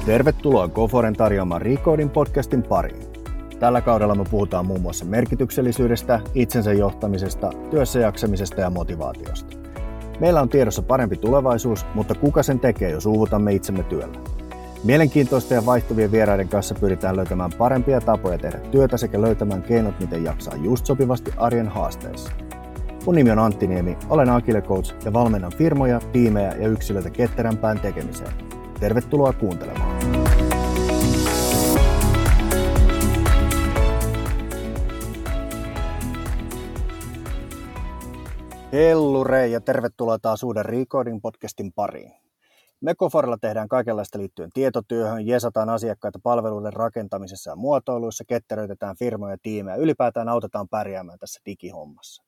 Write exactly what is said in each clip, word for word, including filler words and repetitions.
Tervetuloa Goforen tarjoamaan Recoding podcastin pariin. Tällä kaudella me puhutaan muun muassa merkityksellisyydestä, itsensä johtamisesta, työssä jaksamisesta ja motivaatiosta. Meillä on tiedossa parempi tulevaisuus, mutta kuka sen tekee, jos uuvutamme itsemme työllä? Mielenkiintoisten ja vaihtuvien vieraiden kanssa pyritään löytämään parempia tapoja tehdä työtä sekä löytämään keinot, miten jaksaa just sopivasti arjen haasteissa. Mun nimi on Antti Niemi, olen Agile Coach ja valmennan firmoja, tiimejä ja yksilöitä ketterämpään tekemiseen. Tervetuloa kuuntelemaan. Hellure ja tervetuloa taas uuden Recoding podcastin pariin. Me Goforella tehdään kaikenlaista liittyen tietotyöhön, jeesataan asiakkaita palveluiden rakentamisessa ja muotoiluissa, ketteröitetään firmoja ja tiimejä, ylipäätään autetaan pärjäämään tässä digihommassa.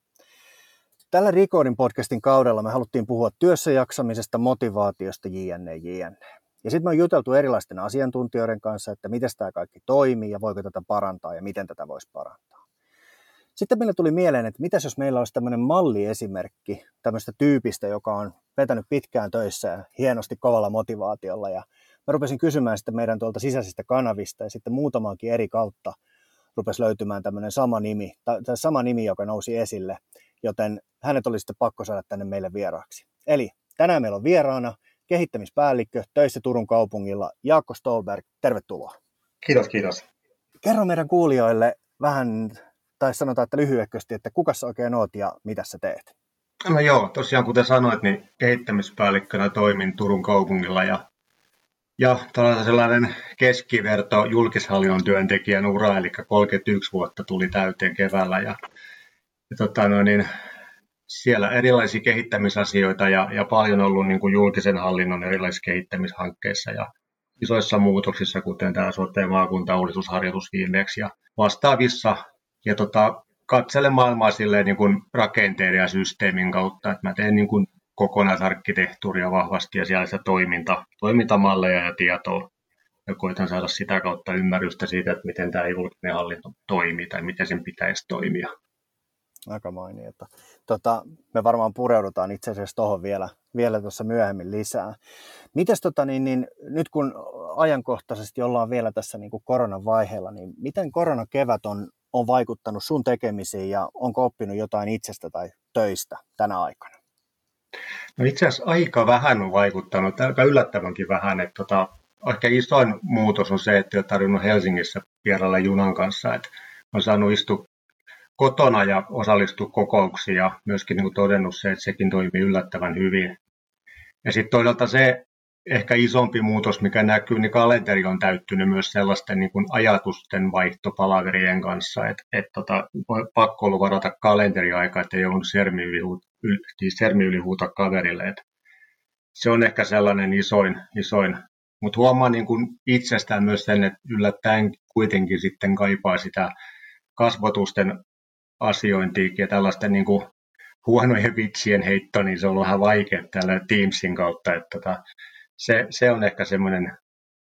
Tällä Recoding podcastin kaudella me haluttiin puhua työssä jaksamisesta, motivaatiosta, jne, jne. Ja sitten me on juteltu erilaisten asiantuntijoiden kanssa, että miten tämä kaikki toimii ja voiko tätä parantaa ja miten tätä voisi parantaa. Sitten meille tuli mieleen, että mitäs jos meillä olisi tämmöinen malliesimerkki tämmöistä tyypistä, joka on vetänyt pitkään töissä ja hienosti kovalla motivaatiolla. Ja mä rupesin kysymään sitten meidän tuolta sisäisistä kanavista ja sitten muutamankin eri kautta rupesi löytymään tämmöinen sama nimi, tai sama nimi, joka nousi esille, joten hänet oli sitten pakko saada tänne meille vieraaksi. Eli tänään meillä on vieraana kehittämispäällikkö töissä Turun kaupungilla, Jaakko Ståhlberg. Tervetuloa. Kiitos, kiitos. Kerro meidän kuulijoille vähän, tai sanotaan, että lyhyesti, että kuka sä oikein oot ja mitä sä teet? No joo, tosiaan kuten sanoit, niin kehittämispäällikkönä toimin Turun kaupungilla ja, ja sellainen keskiverto julkishallinnon työntekijän ura, eli kolmekymmentäyksi vuotta tuli täyteen keväällä ja, ja tota, no niin, siellä erilaisia kehittämisasioita ja, ja paljon ollut niin kuin julkisen hallinnon erilaisissa kehittämishankkeissa ja isoissa muutoksissa, kuten tämä sote- maakuntauudistusharjoitus viimeksi ja vastaavissa. Ja tota, katselen maailmaa silleen niin kuin rakenteiden ja systeemin kautta, että mä teen niin kuin kokonaisarkkitehtuuria vahvasti ja siellä se toiminta, toimintamalleja ja tietoa. Ja koitan saada sitä kautta ymmärrystä siitä, että miten tämä julkinen hallinto toimii tai miten sen pitäisi toimia. Aika mainiota. Tota, me varmaan pureudutaan itse asiassa tuohon vielä, vielä tuossa myöhemmin lisää. Mites tota, niin, niin, nyt kun ajankohtaisesti ollaan vielä tässä niin kuin koronan vaiheella, niin miten koronakevät on, on vaikuttanut sun tekemisiin ja onko oppinut jotain itsestä tai töistä tänä aikana? No itse asiassa aika vähän on vaikuttanut, aika yllättävänkin vähän. Että tota, ehkä isoin muutos on se, että olen tarvinnut Helsingissä vierailla junan kanssa, että olen saanut istua kotona ja osallistua kokouksiin ja myöskin niin kuin todennut se, että sekin toimii yllättävän hyvin. Ja sitten toisaalta se ehkä isompi muutos, mikä näkyy, niin kalenteri on täyttynyt myös sellaisten niin kuin ajatusten vaihtopalaverien kanssa, että et tota, pakko ollut varata kalenteriaikaa, että ei ollut sermi yli, sermi yli huuta kaverille. Et se on ehkä sellainen isoin, isoin. Mutta huomaan niin kuin itsestään myös sen, että yllättäen kuitenkin sitten kaipaa sitä kasvotusten asiointiin ja tällaisten niin kuin huonojen vitsien heitto, niin se on ollut vähän vaikea tällä Teamsin kautta. Että tota, se, se on ehkä semmoinen,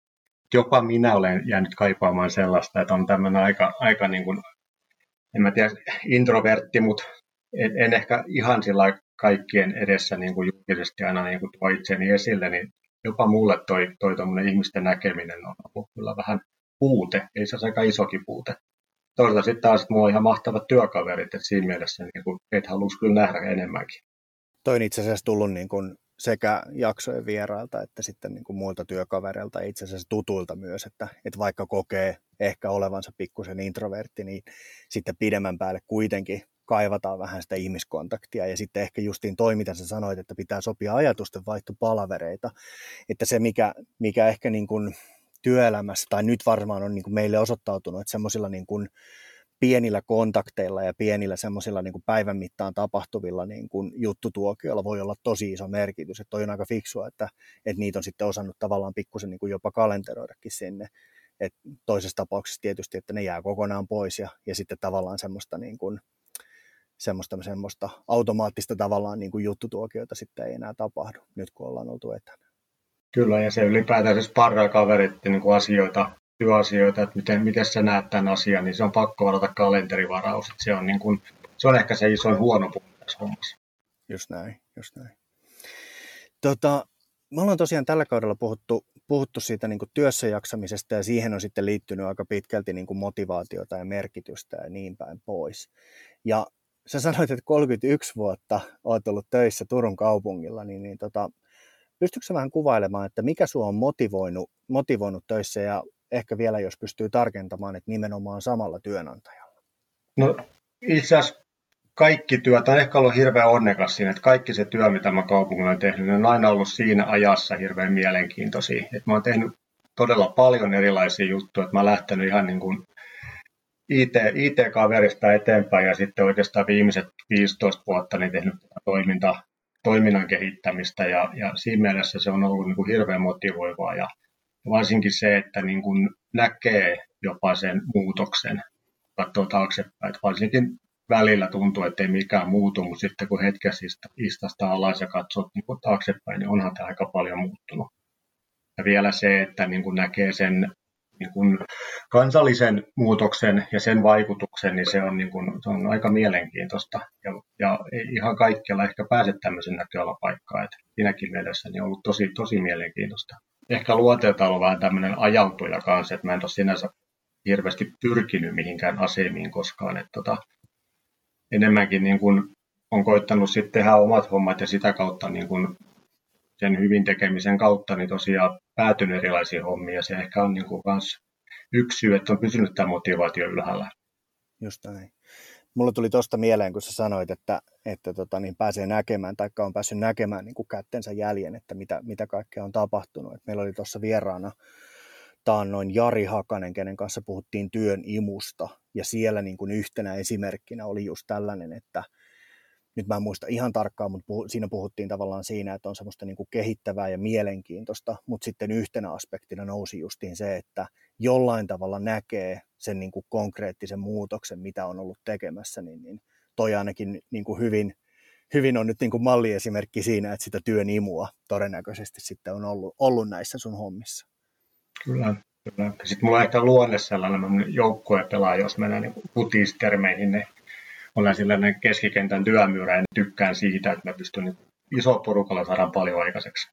jopa minä olen jäänyt kaipaamaan sellaista, että on tämmöinen aika, aika niin kuin, en mä tiedä, introvertti, mutta en, en ehkä ihan sillä kaikkien edessä niin kuin julkisesti aina niin kuin tuo itseni esille, niin jopa mulle toi, toi tommoinen ihmisten näkeminen on ollut kyllä vähän puute, ei se ole aika isokin puute. Toisaalta sitten taas, että minulla on ihan mahtavat työkaverit, että siinä mielessä niin kuin, et haluaisi kyllä nähdä enemmänkin. Toi on itse asiassa tullut niin kuin sekä jaksojen vierailta että sitten niin kuin muilta työkavereilta, itse asiassa tutuilta myös, että, että vaikka kokee ehkä olevansa pikkusen introvertti, niin sitten pidemmän päälle kuitenkin kaivataan vähän sitä ihmiskontaktia ja sitten ehkä justiin toi, mitä sä sanoit, että pitää sopia ajatusten vaihtopalavereita, että se mikä, mikä ehkä niin kuin työelämässä, tai nyt varmaan on niin kuin meille osoittautunut, että semmoisilla niin kuin pienillä kontakteilla ja pienillä semmoisilla niin kuin päivän mittaan tapahtuvilla niin kuin juttutuokioilla voi olla tosi iso merkitys. Että toi on aika fiksua, että, että niitä on sitten osannut tavallaan pikkusen niin kuin jopa kalenteroidakin sinne. Et toisessa tapauksessa tietysti, että ne jää kokonaan pois ja, ja sitten tavallaan semmoista, niin kuin, semmoista, semmoista automaattista tavallaan niin kuin juttutuokioita sitten ei enää tapahdu, nyt kun ollaan oltu etänä. Kyllä, ja se ylipäätään se sparraa kaverit niin kuin asioita, työasioita, että miten, miten sä näet tämän asian, niin se on pakko varata kalenterivaraus. Että se, on niin kuin, se on ehkä se isoin huono puoli tässä hommassa. Just näin, just näin. Tota, me ollaan tosiaan tällä kaudella puhuttu, puhuttu siitä niin kuin työssä jaksamisesta ja siihen on sitten liittynyt aika pitkälti niin kuin motivaatiota ja merkitystä ja niin päin pois. Ja sä sanoit, että kolmekymmentäyksi vuotta olet ollut töissä Turun kaupungilla, niin, niin tota, pystytkö sä vähän kuvailemaan, että mikä sua on motivoinut, motivoinut töissä ja ehkä vielä jos pystyy tarkentamaan, että nimenomaan samalla työnantajalla? No itse asiassa kaikki työt on ehkä ollut hirveän onnekas siinä, että kaikki se työ, mitä mä kaupungilla olen tehnyt, on aina ollut siinä ajassa hirveän mielenkiintoisia. Että mä oon tehnyt todella paljon erilaisia juttuja, että mä oon lähtenyt ihan niin kuin I T, I T-kaverista eteenpäin ja sitten oikeastaan viimeiset viisitoista vuotta niin tehnyt toiminta, toiminnan kehittämistä ja, ja siinä mielessä se on ollut niin kuin hirveän motivoivaa ja varsinkin se, että niin kuin näkee jopa sen muutoksen, katsoo taaksepäin, että varsinkin välillä tuntuu, että ei mikään muutu, mutta sitten kun hetkessä istasta alas ja katsot niin kuin taaksepäin, niin onhan tämä aika paljon muuttunut. Ja vielä se, että niin kuin näkee sen niin kuin kansallisen muutoksen ja sen vaikutuksen, niin se on, niin kuin, se on aika mielenkiintoista. Ja, ja ei ihan kaikkialla ehkä pääse tämmöisen näköalapaikkaan. Että siinäkin mielessä niin on ollut tosi, tosi mielenkiintoista. Ehkä luonteelta on ollut vähän tämmöinen ajautuja kanssa, että mä en ole sinänsä hirveästi pyrkinyt mihinkään asemiin koskaan. Että tota, enemmänkin niin kuin on koittanut sitten tehdä omat hommat ja sitä kautta niin kuin sen hyvin tekemisen kautta niin tosiaan päätynyt erilaisiin hommiin ja se ehkä on niin kuin kans yksi syy, että on pysynyt tämä motivaatio ylhäällä. Just näin. Mulla tuli tuosta mieleen, kun sä sanoit, että, että tota, niin pääsee näkemään tai on päässyt näkemään niin kuin kättensä jäljen, että mitä, mitä kaikkea on tapahtunut. Et meillä oli tuossa vieraana taannoin Jari Hakanen, kenen kanssa puhuttiin työn imusta ja siellä niin kuin yhtenä esimerkkinä oli just tällainen, että nyt mä en muista ihan tarkkaan, mutta puhu, siinä puhuttiin tavallaan siinä, että on semmoista niin kuin kehittävää ja mielenkiintoista, mutta sitten yhtenä aspektina nousi justiin se, että jollain tavalla näkee sen niin kuin konkreettisen muutoksen, mitä on ollut tekemässä, niin, niin toi ainakin niin kuin hyvin, hyvin on nyt niin kuin malliesimerkki siinä, että sitä työn imua todennäköisesti sitten on ollut, ollut näissä sun hommissa. Kyllä, kyllä. Sitten mulla on ehkä luonne sellainen joukkuepelaaja, jos mennään niin futistermeihin, niin olen sellainen keskikentän työmyyrä ja tykkään siitä, että mä pystyn niin iso porukalla saada paljon aikaiseksi.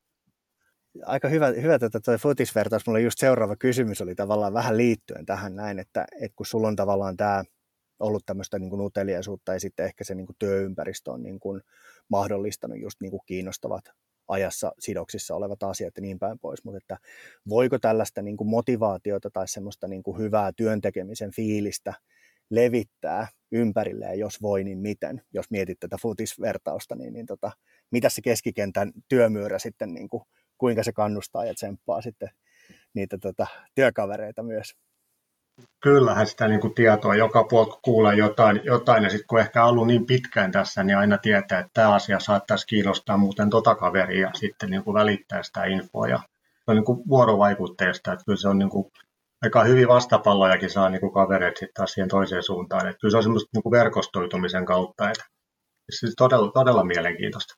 Aika hyvä, hyvä että tuo futisvertaus. Mulla just seuraava kysymys oli tavallaan vähän liittyen tähän näin, että, että kun sulla on tavallaan tämä ollut tämmöistä niin kuin uteliaisuutta ja sitten ehkä se niin kuin työympäristö on niin kuin mahdollistanut just niin kuin kiinnostavat ajassa sidoksissa olevat asiat ja niin päin pois, mutta että voiko tällaista niin kuin motivaatiota tai semmoista niin kuin hyvää työntekemisen fiilistä levittää ympärille ja jos voi, niin miten? Jos mietit tätä futisvertausta, niin, niin tota, mitä se keskikentän työmyyrä sitten, niin kuin, kuinka se kannustaa ja tsemppaa sitten niitä tota, työkavereita myös? Kyllähän sitä niin kuin tietoa joka puolta kuulee jotain, jotain ja sitten kun ehkä ollut niin pitkään tässä, niin aina tietää, että tämä asia saattaisi kiinnostaa muuten tota kaveria ja sitten niin kuin välittää sitä infoa ja se on niin kuin vuorovaikutteesta, että kyllä se on niin kuin aika hyvin vastapallojakin saa niin kuin kavereet sitten taas siihen toiseen suuntaan. Että kyllä se on semmoista niin kuin verkostoitumisen kautta. Että se on todella, todella mielenkiintoista.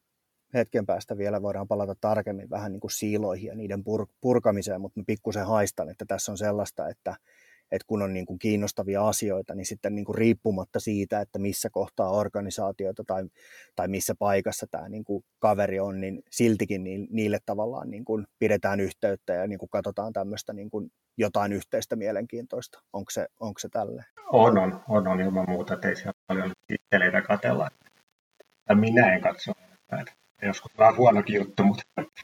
Hetken päästä vielä voidaan palata tarkemmin vähän niin kuin siiloihin ja niiden pur- purkamiseen, mutta mä pikkusen haistan, että tässä on sellaista, että, että kun on niin kuin kiinnostavia asioita, niin sitten niin kuin riippumatta siitä, että missä kohtaa organisaatiota tai, tai missä paikassa tämä niin kuin kaveri on, niin siltikin niille tavallaan niin kuin pidetään yhteyttä ja niin kuin katsotaan tämmöistä niin kuin jotain yhteistä mielenkiintoista. Onko se, onko se tälleen? On, on, on, on ilman muuta, että ei siellä paljon titteleitä katsella. Ja minä en katso näitä. Joskus vähän huonokin juttu, mutta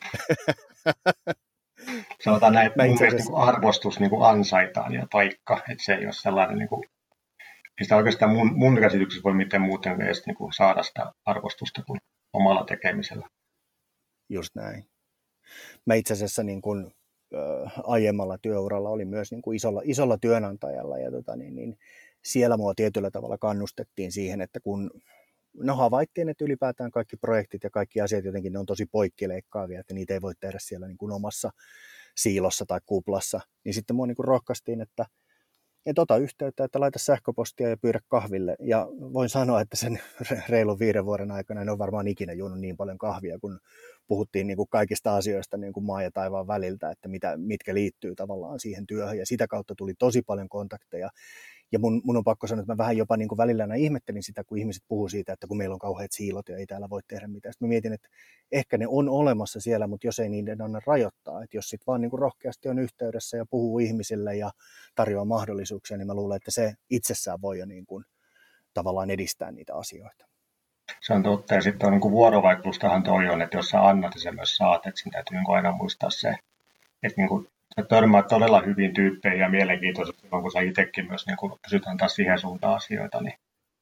sanotaan näin, että mun mielestä niin arvostus niin kuin ansaitaan ja paikka, että se ei ole sellainen, niin kuin, ei sitä oikeastaan mun, mun käsityksessä voi miten muuten edes niin kuin saada sitä arvostusta kuin omalla tekemisellä. Just näin. Mä itse asiassa niin kuin, äh, aiemmalla työuralla oli myös niin kuin isolla, isolla työnantajalla ja tota, niin, niin, siellä mua tietyllä tavalla kannustettiin siihen, että kun no havaittiin, että ylipäätään kaikki projektit ja kaikki asiat jotenkin ne on tosi poikkileikkaavia, että niitä ei voi tehdä siellä niin kuin omassa siilossa tai kuplassa, niin sitten mua niin kuin rohkaistiin, että et ota yhteyttä, että laita sähköpostia ja pyydä kahville. Ja voin sanoa, että sen reilun viiden vuoden aikana en ole varmaan ikinä juonut niin paljon kahvia, kun puhuttiin niin kuin kaikista asioista niin kuin maa ja taivaan väliltä, että mitä, mitkä liittyy tavallaan siihen työhön. Ja sitä kautta tuli tosi paljon kontakteja. Ja mun, mun on pakko sanoa, että mä vähän jopa niin kuin välillä ihmettelin sitä, kun ihmiset puhuu siitä, että kun meillä on kauheat siilot ja ei täällä voi tehdä mitään. Sitten mä mietin, että ehkä ne on olemassa siellä, mutta jos ei niiden anna rajoittaa, että jos sitten vaan niin kuin rohkeasti on yhteydessä ja puhuu ihmisille ja tarjoaa mahdollisuuksia, niin mä luulen, että se itsessään voi jo niin kuin tavallaan edistää niitä asioita. Se on totta, ja sitten on niin kuin vuorovaikutustahan toi on, että jos sä annat ja sä myös saat, että siinä täytyy niin kuin aina muistaa se, että niin kuin sä törmäät todella hyvin tyyppejä ja mielenkiintoisesti silloin, kun sä itsekin myös niin kuin pysytään taas siihen suuntaan asioita, niin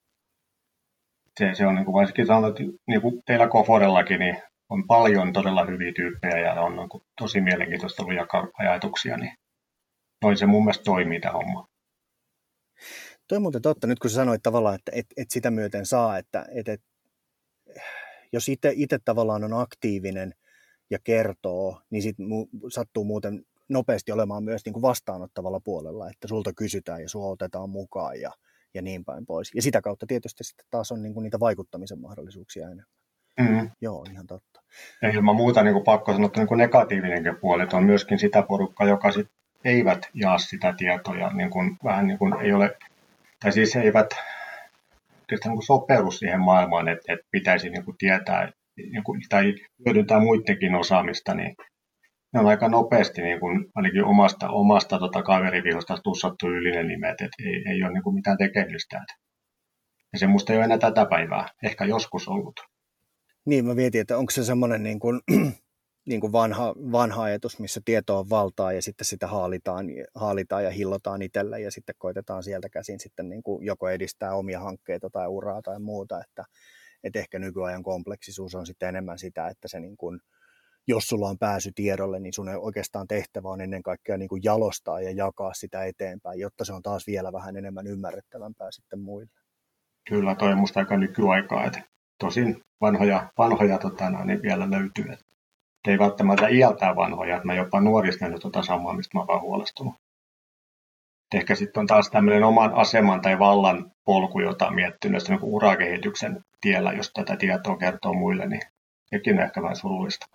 se, se on niin kuin varsinkin sanonut, että niin kuin teillä Koforellakin niin on paljon todella hyviä tyyppejä ja on niin kuin tosi mielenkiintoista ollut jakaa ajatuksia, niin noin se mun mielestä toimii tämä homma. Toi on muuten totta, nyt kun sä sanoit tavallaan, että et, et sitä myöten saa, että et, et, jos itse tavallaan on aktiivinen ja kertoo, niin sitten mu- sattuu muuten nopeasti olemaan myös niin kuin vastaanottavalla puolella, että sulta kysytään ja sua otetaan mukaan ja, ja niin päin pois. Ja sitä kautta tietysti sitten taas on niin kuin niitä vaikuttamisen mahdollisuuksia enemmän. Mm. Joo, ihan totta. Ja ilman muuta niin kuin pakko sanoa, että niin kuin negatiivinenkin puoli, että on myöskin sitä porukkaa, joka sit eivät jaa sitä tietoa, niin kuin, vähän niin kuin ei ole, tai siis eivät niin kuin sopeudu siihen maailmaan, että, että pitäisi niin kuin tietää niin kuin, tai hyödyntää muidenkin osaamista, niin ne on aika nopeasti niin kuin, ainakin omasta, omasta tota, kaverivihosta tussattu yli nimet, että ei, ei ole niin kuin mitään tekemistä. Ja se musta ei ole enää tätä päivää, ehkä joskus ollut. Niin, mä mietin, että onko se semmoinen niin kuin, niin kuin vanha, vanha ajatus, missä tietoa on valtaa ja sitten sitä haalitaan, haalitaan ja hillotaan itselle ja sitten koitetaan sieltä käsin sitten niin kuin joko edistää omia hankkeita tai uraa tai muuta, että, että ehkä nykyajan kompleksisuus on sitten enemmän sitä, että se niin kuin, jos sulla on pääsy tiedolle, niin sun oikeastaan tehtävä on ennen kaikkea niin kuin jalostaa ja jakaa sitä eteenpäin, jotta se on taas vielä vähän enemmän ymmärrettävämpää sitten muille. Kyllä, toi on musta aika nykyaikaa, että tosin vanhoja, vanhoja tota, niin vielä löytyy. Että ei välttämättä iältään vanhoja, että mä jopa nuorista nyt tota samaa, mistä mä oon vaan huolestunut. Et ehkä sitten on taas tämmöinen oman aseman tai vallan polku, jota on miettinyt niin urakehityksen tiellä, jos tätä tietoa kertoo muille, niin sekin on ehkä vähän surullista.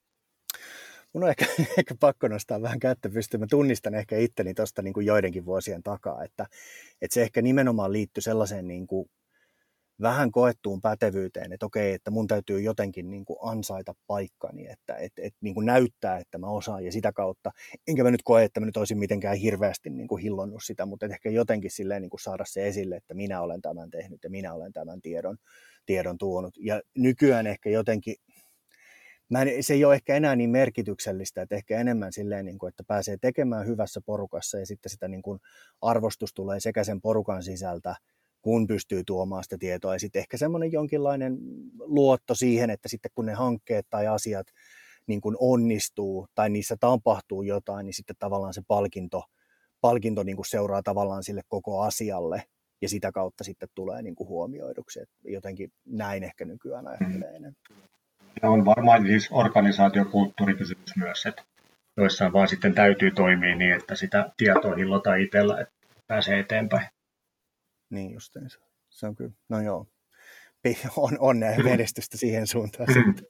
Mun on ehkä, ehkä pakko nostaa vähän kättä pystyyn. Mä tunnistan ehkä itteni tuosta niin kuin joidenkin vuosien takaa, että, että se ehkä nimenomaan liittyy sellaiseen niin kuin vähän koettuun pätevyyteen, että okei, että mun täytyy jotenkin niin kuin ansaita paikkani, että et, et, niin kuin näyttää, että mä osaan ja sitä kautta, enkä mä nyt koe, että mä nyt olisin mitenkään hirveästi niin kuin hillonnut sitä, mutta ehkä jotenkin silleen niin kuin saada se esille, että minä olen tämän tehnyt ja minä olen tämän tiedon, tiedon tuonut. Ja nykyään ehkä jotenkin, mä en, se ei ole ehkä enää niin merkityksellistä, että ehkä enemmän silleen, niin kuin, että pääsee tekemään hyvässä porukassa ja sitten sitä niin kuin arvostus tulee sekä sen porukan sisältä, kun pystyy tuomaan sitä tietoa. Ja sitten ehkä semmoinen jonkinlainen luotto siihen, että sitten kun ne hankkeet tai asiat niin kuin onnistuu tai niissä tapahtuu jotain, niin sitten tavallaan se palkinto, palkinto niin kuin seuraa tavallaan sille koko asialle ja sitä kautta sitten tulee niin kuin huomioiduksi. Et jotenkin näin ehkä nykyään ajattelee enemmän. Ja on varmaan siis organisaatiokulttuurikysymys myös, että joissain vaan sitten täytyy toimia niin, että sitä tietoa hillotaan itsellä, että pääsee eteenpäin. Niin justiinsa. Se on kyllä, no joo, on, onnea ja menestystä siihen suuntaan sitten.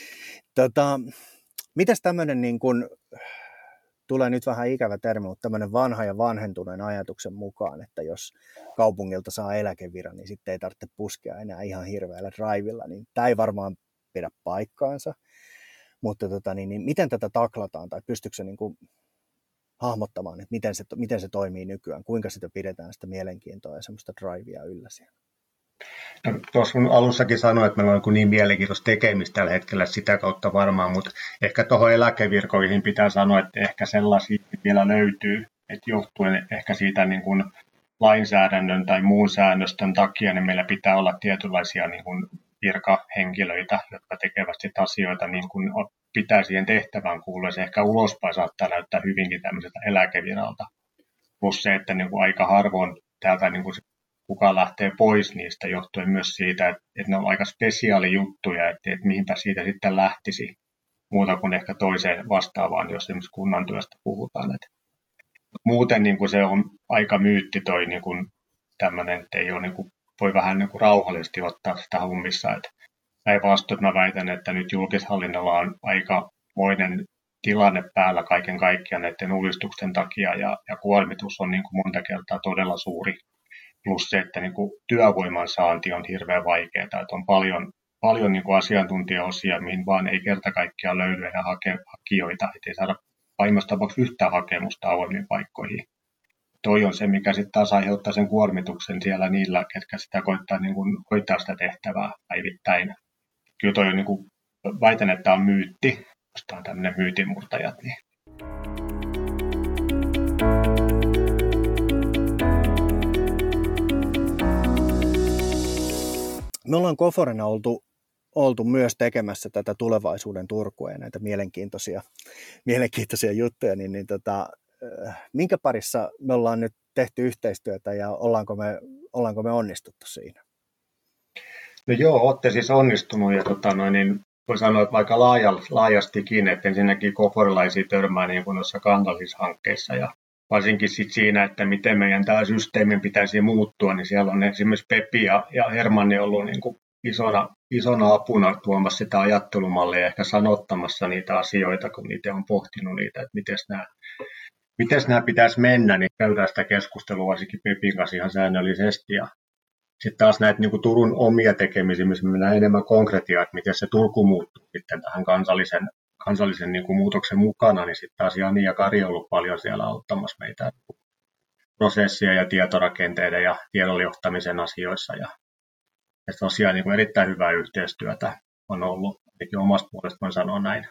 Tota, mitäs tämmöinen niin kuin, tulee nyt vähän ikävä termi, mutta tämmöinen vanha ja vanhentuneen ajatuksen mukaan, että jos kaupungilta saa eläkeviran, niin sitten ei tarvitse puskea enää ihan hirveällä drivilla, niin tämä ei varmaan pidä paikkaansa, mutta tota, niin, niin miten tätä taklataan tai pystyykö se niin kuin hahmottamaan, että miten se, miten se toimii nykyään, kuinka sitä pidetään sitä mielenkiintoa ja semmoista drivea yllä siellä? No, tuossa alussakin sanoin, että meillä on niin mielenkiintoista tekemistä tällä hetkellä sitä kautta varmaan, mutta ehkä tuohon eläkevirkoihin pitää sanoa, että ehkä sellaisia vielä löytyy, että johtuen ehkä siitä niin kuin lainsäädännön tai muun säännöstön takia, niin meillä pitää olla tietynlaisia niin kuin virkahenkilöitä, jotka tekevät sit asioita niin kuin pitää siihen tehtävään kuulua. Se ehkä ulospäin saattaa näyttää hyvinkin tämmöiseltä eläkeviralta. Plus se, että niin kuin aika harvoin täältä niin kuin kuka lähtee pois niistä johtuen myös siitä, että, että ne on aika spesiaali juttuja, että, että mihinpä siitä sitten lähtisi muuta kuin ehkä toiseen vastaavaan, jos esimerkiksi kunnan työstä puhutaan. Että muuten niin kuin se on aika myytti toi niin kuin tämmöinen, että ei ole, niin kuin, voi vähän niin kuin rauhallisesti ottaa sitä hommissa. Päinvastoin mä väitän, että nyt julkishallinnolla on aikamoinen tilanne päällä kaiken kaikkiaan näiden uudistusten takia, ja, ja kuormitus on niin kuin monta kertaa todella suuri, plus se, että niin kuin työvoiman saanti on hirveän vaikeaa, että on paljon, paljon niin kuin asiantuntijaosia, mihin vaan ei kerta kaikkiaan löydy enää hake, hakijoita, ettei saada pahimmassa tapauksessa yhtään hakemusta avoimiin paikkoihin. Toi on se, mikä sitten taas aiheuttaa sen kuormituksen siellä niillä, ketkä sitä koittaa niin kuin hoitaa sitä tehtävää päivittäin. Kyllä toi on, niin kuin, väitän, että on myytti, koska on tämmöinen myytinmurtajat. Niin. Me ollaan Goforena oltu, oltu myös tekemässä tätä tulevaisuuden Turkua ja näitä mielenkiintoisia, mielenkiintoisia juttuja, niin, niin tota, minkä parissa me ollaan nyt tehty yhteistyötä ja ollaanko me, ollaanko me onnistuttu siinä? No joo, olette siis onnistunut ja tota, noin, niin voi sanoa, että vaikka laajastikin, että ensinnäkin Goforilaisia törmää niin kuin noissa kansallisissa hankkeissa ja varsinkin sit siinä, että miten meidän tämä systeemin pitäisi muuttua, niin siellä on esimerkiksi Pepi ja, ja Hermanni ollut niin kuin isona, isona apuna tuomassa sitä ajattelumallia ja ehkä sanottamassa niitä asioita, kun niitä on pohtinut niitä, että miten nämä, miten nämä pitäisi mennä, niin käydään sitä keskustelua varsinkin Pepin kanssa ihan säännöllisesti. Ja sitten taas näitä niin kuin Turun omia tekemisiä, missä mennään enemmän konkretiaa, että miten se Turku muuttuu sitten tähän kansallisen, kansallisen niin kuin muutoksen mukana, niin sitten taas Jani ja Kari on ollut paljon siellä auttamassa meitä prosessia ja tietorakenteiden ja tiedonjohtamisen asioissa. Ja, ja tosiaan niin kuin erittäin hyvää yhteistyötä on ollut, ainakin omasta puolesta voin sanoa näin.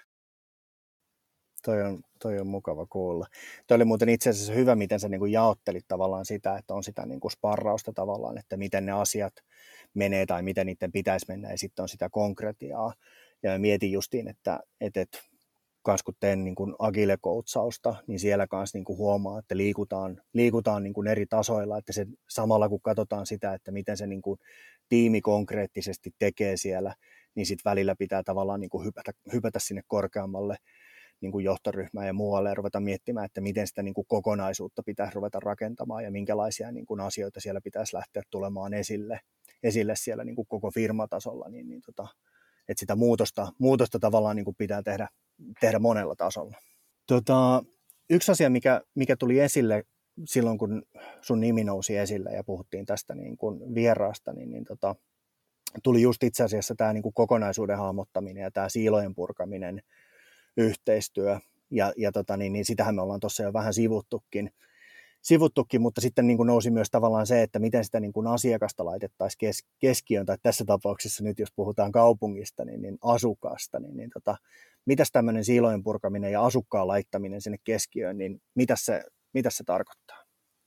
Toi on, toi on mukava kuulla. Toi oli muuten itse asiassa hyvä, miten sä niin kuin jaottelit tavallaan sitä, että on sitä niin kuin sparrausta tavallaan, että miten ne asiat menee tai miten niiden pitäisi mennä, ja sitten on sitä konkretiaa. Ja mietin justiin, että, että, että kans kun teen niin kuin agile-koutsausta, niin siellä kanssa niin kuin huomaa, että liikutaan, liikutaan niin kuin eri tasoilla, että se samalla kun katsotaan sitä, että miten se niin kuin tiimi konkreettisesti tekee siellä, niin sitten välillä pitää tavallaan niin kuin hypätä, hypätä sinne korkeammalle niin kuin johtoryhmään ja muualle ja ruveta miettimään, että miten sitä niin kuin kokonaisuutta pitäisi ruveta rakentamaan ja minkälaisia niin kuin asioita siellä pitäisi lähteä tulemaan esille, esille siellä niin kuin koko firmatasolla, niin, niin tota, että sitä muutosta, muutosta tavallaan niin kuin pitää tehdä, tehdä monella tasolla. Tota, yksi asia, mikä, mikä tuli esille silloin, kun sun nimi nousi esille ja puhuttiin tästä niin kuin vieraasta, niin, niin tota, tuli just itse asiassa tämä niin kuin kokonaisuuden hahmottaminen ja tämä siilojen purkaminen, yhteistyö, ja, ja tota, niin, niin sitähän me ollaan tuossa jo vähän sivuttukin, sivuttukin mutta sitten niin kuin nousi myös tavallaan se, että miten sitä niin kuin asiakasta laitettaisiin kes, keskiöön, tai tässä tapauksessa nyt jos puhutaan kaupungista, niin, niin asukasta, niin, niin tota, mitäs tämmöinen siilojen purkaminen ja asukkaan laittaminen sinne keskiöön, niin mitäs se, mitäs se tarkoittaa?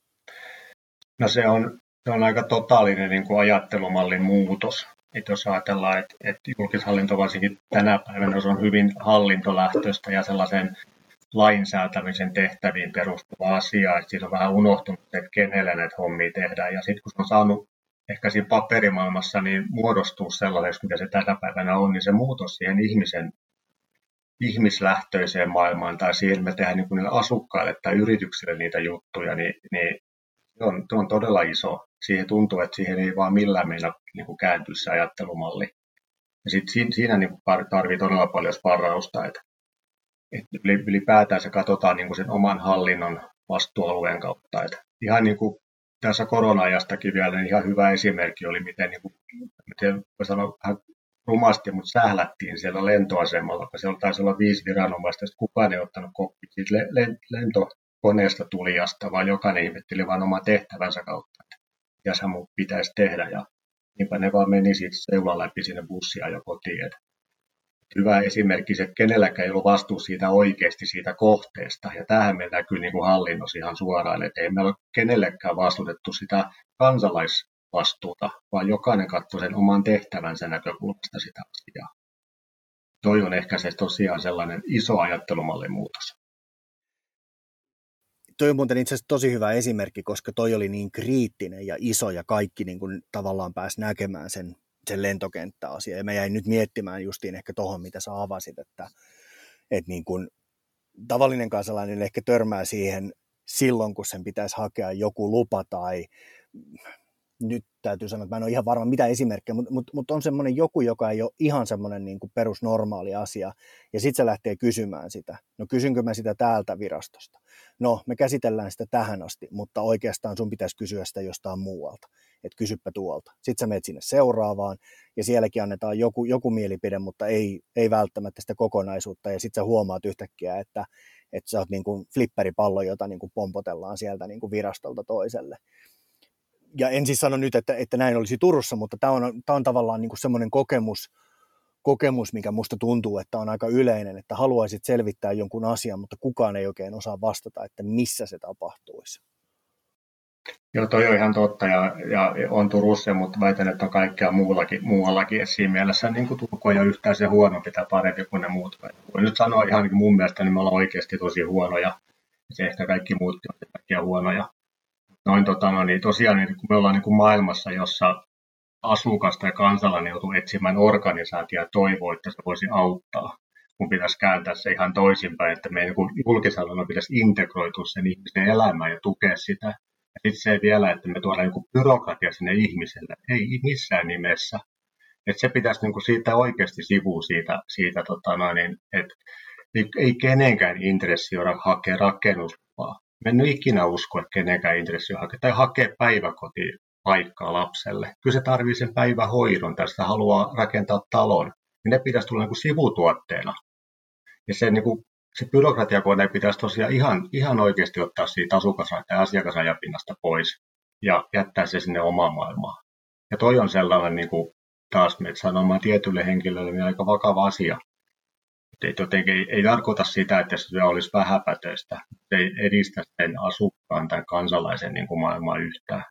No se on, se on aika totaalinen niin kuin ajattelumallin muutos. Että jos ajatellaan, että, että julkishallinto varsinkin tänä päivänä se on hyvin hallintolähtöistä ja sellaisen lainsäätämisen tehtäviin perustuva asia, että siitä on vähän unohtunut, että kenelle näitä hommia tehdään. Ja sitten kun se on saanut ehkä siinä paperimaailmassa niin muodostuu sellaiseksi, mitä se tänä päivänä on, niin se muutos siihen ihmisen, ihmislähtöiseen maailmaan tai siihen me tehdään niin kuin niille asukkaille tai yrityksille niitä juttuja, niin, niin se on, se on todella iso. Siihen tuntuu, että siihen ei vaan millään meillä niin kuin kääntyä se ajattelumalli. Ja sit siinä, siinä niin tarvii todella paljon sparrausta, että, että ylipäätään se katsotaan niin kuin sen oman hallinnon vastuualueen kautta. Että ihan niin kuin tässä korona-ajastakin vielä niin ihan hyvä esimerkki oli, miten, niin kuin, miten voi sanoa vähän rumasti, mutta sählättiin siellä lentoasemalla, kun siellä taisi olla viisi viranomaista, että kukaan ei ottanut koppi siitä lentokoneesta tulijasta, vaan jokainen ihmetteli vain oman tehtävänsä kautta, että mitä se mun pitäisi tehdä. Ja niinpä ne vaan meni siitä seulan läpi sinne bussia ja kotiin. Että hyvä esimerkki se, että kenelläkään ei ollut vastuu siitä oikeasti siitä kohteesta. Ja tämähän me näkyy niin kuin hallinnossa ihan suoraan, että ei meillä ole kenellekään vastuutettu sitä kansalaisvastuuta, vaan jokainen katsoo sen oman tehtävänsä näkökulmasta sitä asiaa. Toi on ehkä se tosiaan sellainen iso ajattelumallin muutos. Toi on muuten itse asiassa tosi hyvä esimerkki, koska toi oli niin kriittinen ja iso ja kaikki niin kuin tavallaan pääsi näkemään sen, sen lentokenttäasian. Ja mä jäin nyt miettimään justiin ehkä tohon, mitä sä avasit, että, että niin kuin tavallinen kansalainen ehkä törmää siihen silloin, kun sen pitäisi hakea joku lupa tai nyt täytyy sanoa, että mä en ole ihan varma mitä esimerkkejä, mutta, mutta, mutta on semmoinen joku, joka ei ole ihan semmoinen niin kuin perusnormaali asia, ja sitten se lähtee kysymään sitä. No kysynkö mä sitä täältä virastosta? No me käsitellään sitä tähän asti, mutta oikeastaan sun pitäisi kysyä sitä jostain muualta, että kysyppä tuolta. Sitten sä menet sinne seuraavaan, ja sielläkin annetaan joku, joku mielipide, mutta ei, ei välttämättä sitä kokonaisuutta, ja sitten sä huomaat yhtäkkiä, että, että sä oot niin kuin flipperipallo, jota niin kuin pompotellaan sieltä niin kuin virastolta toiselle. Ja en siis sano nyt, että, että näin olisi Turussa, mutta tämä on, tämä on tavallaan niin kuin semmoinen kokemus, kokemus, mikä musta tuntuu, että on aika yleinen, että haluaisit selvittää jonkun asian, mutta kukaan ei oikein osaa vastata, että missä se tapahtuisi. Joo, toi on ihan totta ja, ja on Turussa, mutta väitän, että on kaikkea muuallakin. muuallakin. Siinä mielessä niin kuin Turku ei ole yhtään se huonompi tai parempi kuin ne muut. Voin nyt sanoa ihan niin kuin mun mielestä, niin me ollaan oikeasti tosi huonoja. Se ehkä kaikki muutkin on kaikkia huonoja. Noin, tota, no, niin tosiaan, niin, kun me ollaan niin kuin maailmassa, jossa asukasta ja kansalainen joutuu etsimään organisaatioa ja toivoo, että se voisi auttaa. Mun pitäisi kääntää se ihan toisinpäin, että meidän niin julkishallinnon pitäisi integroitua sen ihmisen elämään ja tukea sitä. Ja sitten se vielä, että me tuodaan niin byrokratia sinne ihmiselle. Ei missään nimessä. Että se pitäisi niin kuin siitä oikeasti sivua siitä, siitä tota, no, niin, että ei, ei kenenkään intressi ole hakea rakennuslupaa. Mä en ikinä usko, että kenenkään intressi on hakea tai hakea päiväkotipaikkaa lapselle. Kyllä se tarvitsee sen päivähoidon, tästä haluaa rakentaa talon. Ja ne pitäisi tulla niin kuin sivutuotteena. Ja se, niin kuin, se byrokratiakone pitäisi tosiaan ihan, ihan oikeasti ottaa siitä asukas- tai asiakasrajapinnasta pois ja jättää se sinne omaan maailmaan. Ja toi on sellainen, niin kuin taas me sanomaan tietylle henkilölle, niin aika vakava asia. Ei, jotenkin, ei, ei tarkoita sitä, että se työ olisi vähäpätöistä. Se ei edistä sen asukkaan tai kansalaisen niin kuin maailmaa yhtään.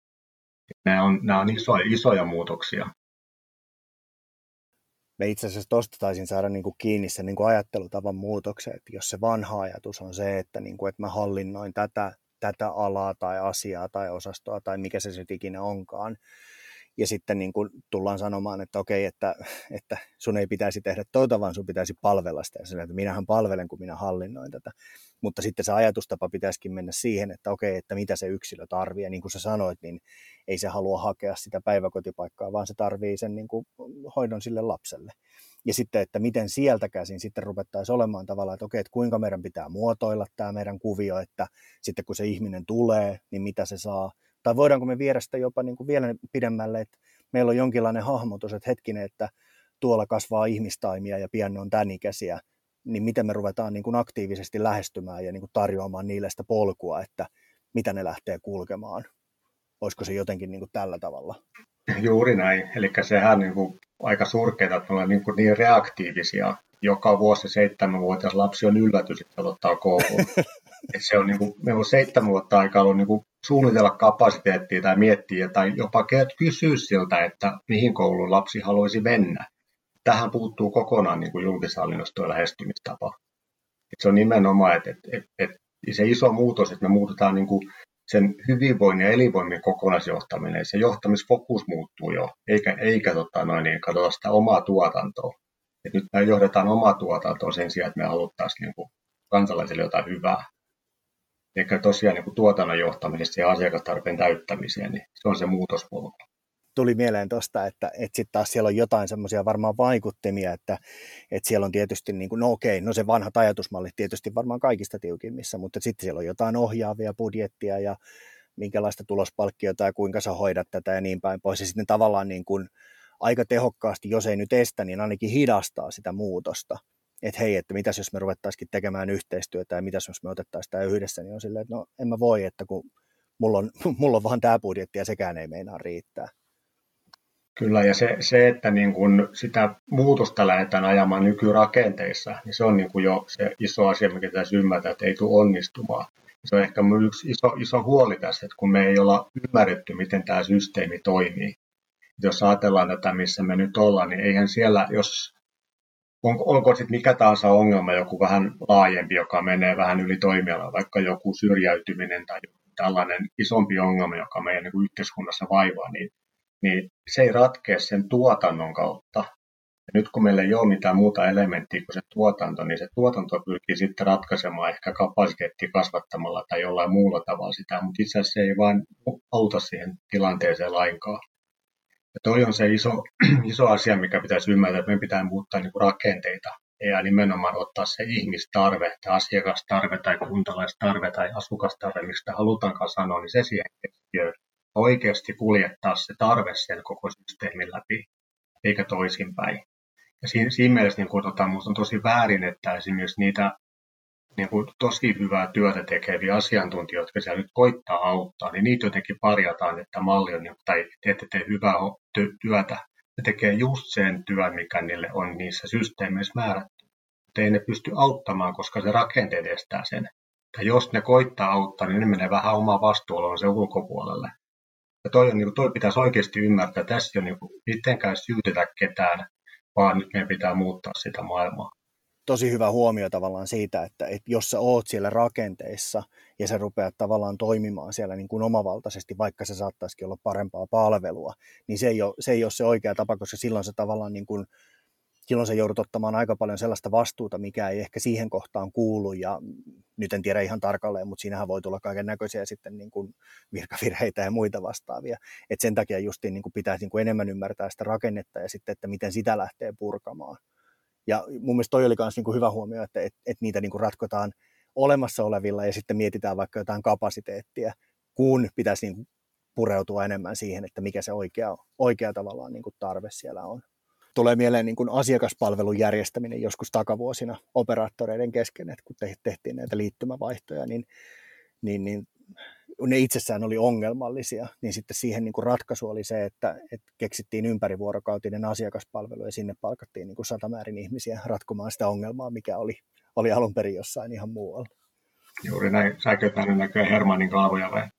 Nämä on, nämä on isoja, isoja muutoksia. Me itse asiassa tuosta taisin saada niin kuin kiinni sen niin kuin ajattelutavan muutoksen, että jos se vanha ajatus on se, että, niin kuin, että mä hallinnoin tätä, tätä alaa tai asiaa tai osastoa tai mikä se sitten ikinä onkaan, ja sitten niin kuin tullaan sanomaan, että okei, että, että sun ei pitäisi tehdä tuota, vaan sun pitäisi palvella sitä. Ja sanotaan, että minähän palvelen, kun minä hallinnoin tätä. Mutta sitten se ajatustapa pitäisikin mennä siihen, että okei, että mitä se yksilö tarvitsee. Ja niin kuin sä sanoit, niin ei se halua hakea sitä päiväkotipaikkaa, vaan se tarvitsee sen niin kuin hoidon sille lapselle. Ja sitten, että miten sieltä käsin sitten ruvettaisiin olemaan tavallaan, että okei, että kuinka meidän pitää muotoilla tämä meidän kuvio, että sitten kun se ihminen tulee, niin mitä se saa. Tai voidaanko me viedä sitä jopa niin kuin vielä pidemmälle, että meillä on jonkinlainen hahmotus, että hetkinen, että tuolla kasvaa ihmistaimia ja pian ne on tämän ikäisiä, niin miten me ruvetaan niin kuin aktiivisesti lähestymään ja niin kuin tarjoamaan niille sitä polkua, että mitä ne lähtee kulkemaan. Olisiko se jotenkin niin kuin tällä tavalla? Juuri näin. Eli sehän niin kuin aika surkeita, että me ollaan niin, niin reaktiivisia. Joka vuosi seitsemänvuotias lapsi on yllätys, että aloittaa koulun. Se on niin kuin, meillä on seitsemän vuotta aikaa ollut niin kuin suunnitella kapasiteettia tai miettiä tai jopa kysyä siltä, että mihin kouluun lapsi haluaisi mennä. Tähän puuttuu kokonaan niin kuin julkishallinnosta tuo lähestymistapa. Et se on nimenomaan, että et, et, et se iso muutos, että me muutetaan niin kuin sen hyvinvoinnin ja elinvoimin kokonaisjohtaminen, se johtamisfokus muuttuu jo, eikä, eikä tota noin, niin katsota sitä omaa tuotantoa. Et nyt me johdetaan omaa tuotantoa sen sijaan, että me haluttaisiin niin kuin kansalaisille jotain hyvää. Eikä tosiaan niin kuin tuotannon johtamisesta ja asiakastarpeen täyttämiseen, niin se on se muutospolku. Tuli mieleen tuosta, että, että sitten taas siellä on jotain semmoisia varmaan vaikuttimia, että, että siellä on tietysti, niin kuin, no okei, no se vanha ajatusmalli tietysti varmaan kaikista tiukimmissa, mutta sitten siellä on jotain ohjaavia budjettia ja minkälaista tulospalkkiota ja kuinka sä hoidat tätä ja niin päin pois. Ja sitten tavallaan niin kuin aika tehokkaasti, jos ei nyt estä, niin ainakin hidastaa sitä muutosta. Että hei, että mitäs jos me ruvettaisikin tekemään yhteistyötä ja mitäs jos me otettaisiin tämä yhdessä, niin on silleen, että no en mä voi, että kun mulla on, mulla on vaan tämä budjetti ja sekään ei meinaa riittää. Kyllä, ja se, se että niin kun sitä muutosta lähdetään ajamaan nykyrakenteissa, niin se on niin kun jo se iso asia, mikä pitäisi ymmärtää, että ei tule onnistumaan. Se on ehkä yksi iso, iso huoli tässä, että kun me ei olla ymmärretty, miten tämä systeemi toimii. Jos ajatellaan tätä, missä me nyt ollaan, niin eihän siellä, jos on, onko sitten mikä tahansa ongelma, joku vähän laajempi, joka menee vähän yli toimialaan, vaikka joku syrjäytyminen tai tällainen isompi ongelma, joka meidän niin kuin yhteiskunnassa vaivaa, niin, niin se ei ratkea sen tuotannon kautta. Ja nyt kun meillä ei ole mitään muuta elementtiä kuin se tuotanto, niin se tuotanto pyrkii sitten ratkaisemaan ehkä kapasiteettia kasvattamalla tai jollain muulla tavalla sitä, mutta itse asiassa se ei vaan auta siihen tilanteeseen lainkaan. Ja toi on se iso, iso asia, mikä pitäisi ymmärtää, että meidän pitää muuttaa niin kuin rakenteita ja nimenomaan ottaa se ihmistarve, tai asiakastarve, tai kuntalaistarve, tai asukastarve, miksi sitä halutaankaan sanoa, niin se siihen keskiöön oikeasti kuljettaa se tarve sen koko systeemin läpi, eikä toisinpäin. Ja siinä, siinä mielessä niin kuin, tota, minusta on tosi väärin, että esimerkiksi niitä niin kuin, tosi hyvää työtä tekeviä asiantuntijoita, jotka siellä nyt koittaa auttaa, niin niitä jotenkin parjataan, että malli on, tai te ette tee hyvää työtä. Ne tekee just sen työn, mikä niille on niissä systeemeissä määrätty. Mutta ei ne pysty auttamaan, koska se rakenteet estää sen. Tai jos ne koittaa auttaa, niin ne menee vähän omaa vastuulla sen ulkopuolelle. Ja toi, on, niin kuin, toi pitäisi oikeasti ymmärtää, että tässä ei ole niin mitenkään syytetä ketään, vaan nyt meidän pitää muuttaa sitä maailmaa. Tosi hyvä huomio tavallaan siitä, että, että jos sä oot siellä rakenteissa ja sä rupeat tavallaan toimimaan siellä niin kuin omavaltaisesti, vaikka se saattaisikin olla parempaa palvelua, niin se ei ole se, ei ole se oikea tapa, koska silloin se tavallaan niin kuin, silloin sä joudut ottamaan aika paljon sellaista vastuuta, mikä ei ehkä siihen kohtaan kuulu, ja nyt en tiedä ihan tarkalleen, mutta siinähän voi tulla kaiken näköisiä sitten niin kuin virkavirheitä ja muita vastaavia, että sen takia justiin niin kuin pitäisi niin kuin enemmän ymmärtää sitä rakennetta ja sitten, että miten sitä lähtee purkamaan. Ja mun mielestä toi oli myös niin kuin hyvä huomio, että, että, että niitä niin kuin ratkotaan olemassa olevilla ja sitten mietitään vaikka jotain kapasiteettia, kun pitäisi niin kuin pureutua enemmän siihen, että mikä se oikea, oikea tavallaan niin kuin tarve siellä on. Tulee mieleen niin kuin asiakaspalvelun järjestäminen joskus takavuosina operaattoreiden kesken, että kun tehtiin näitä liittymävaihtoja, niin, niin, niin ne itsessään oli ongelmallisia, niin sitten siihen niin kuin ratkaisu oli se, että, että keksittiin ympärivuorokautinen asiakaspalvelu ja sinne palkattiin niin kuin satamäärin ihmisiä ratkomaan sitä ongelmaa, mikä oli, oli alun perin jossain ihan muualla. Juuri näin. Säkö tänne näköjään Hermannin kaavoja vai?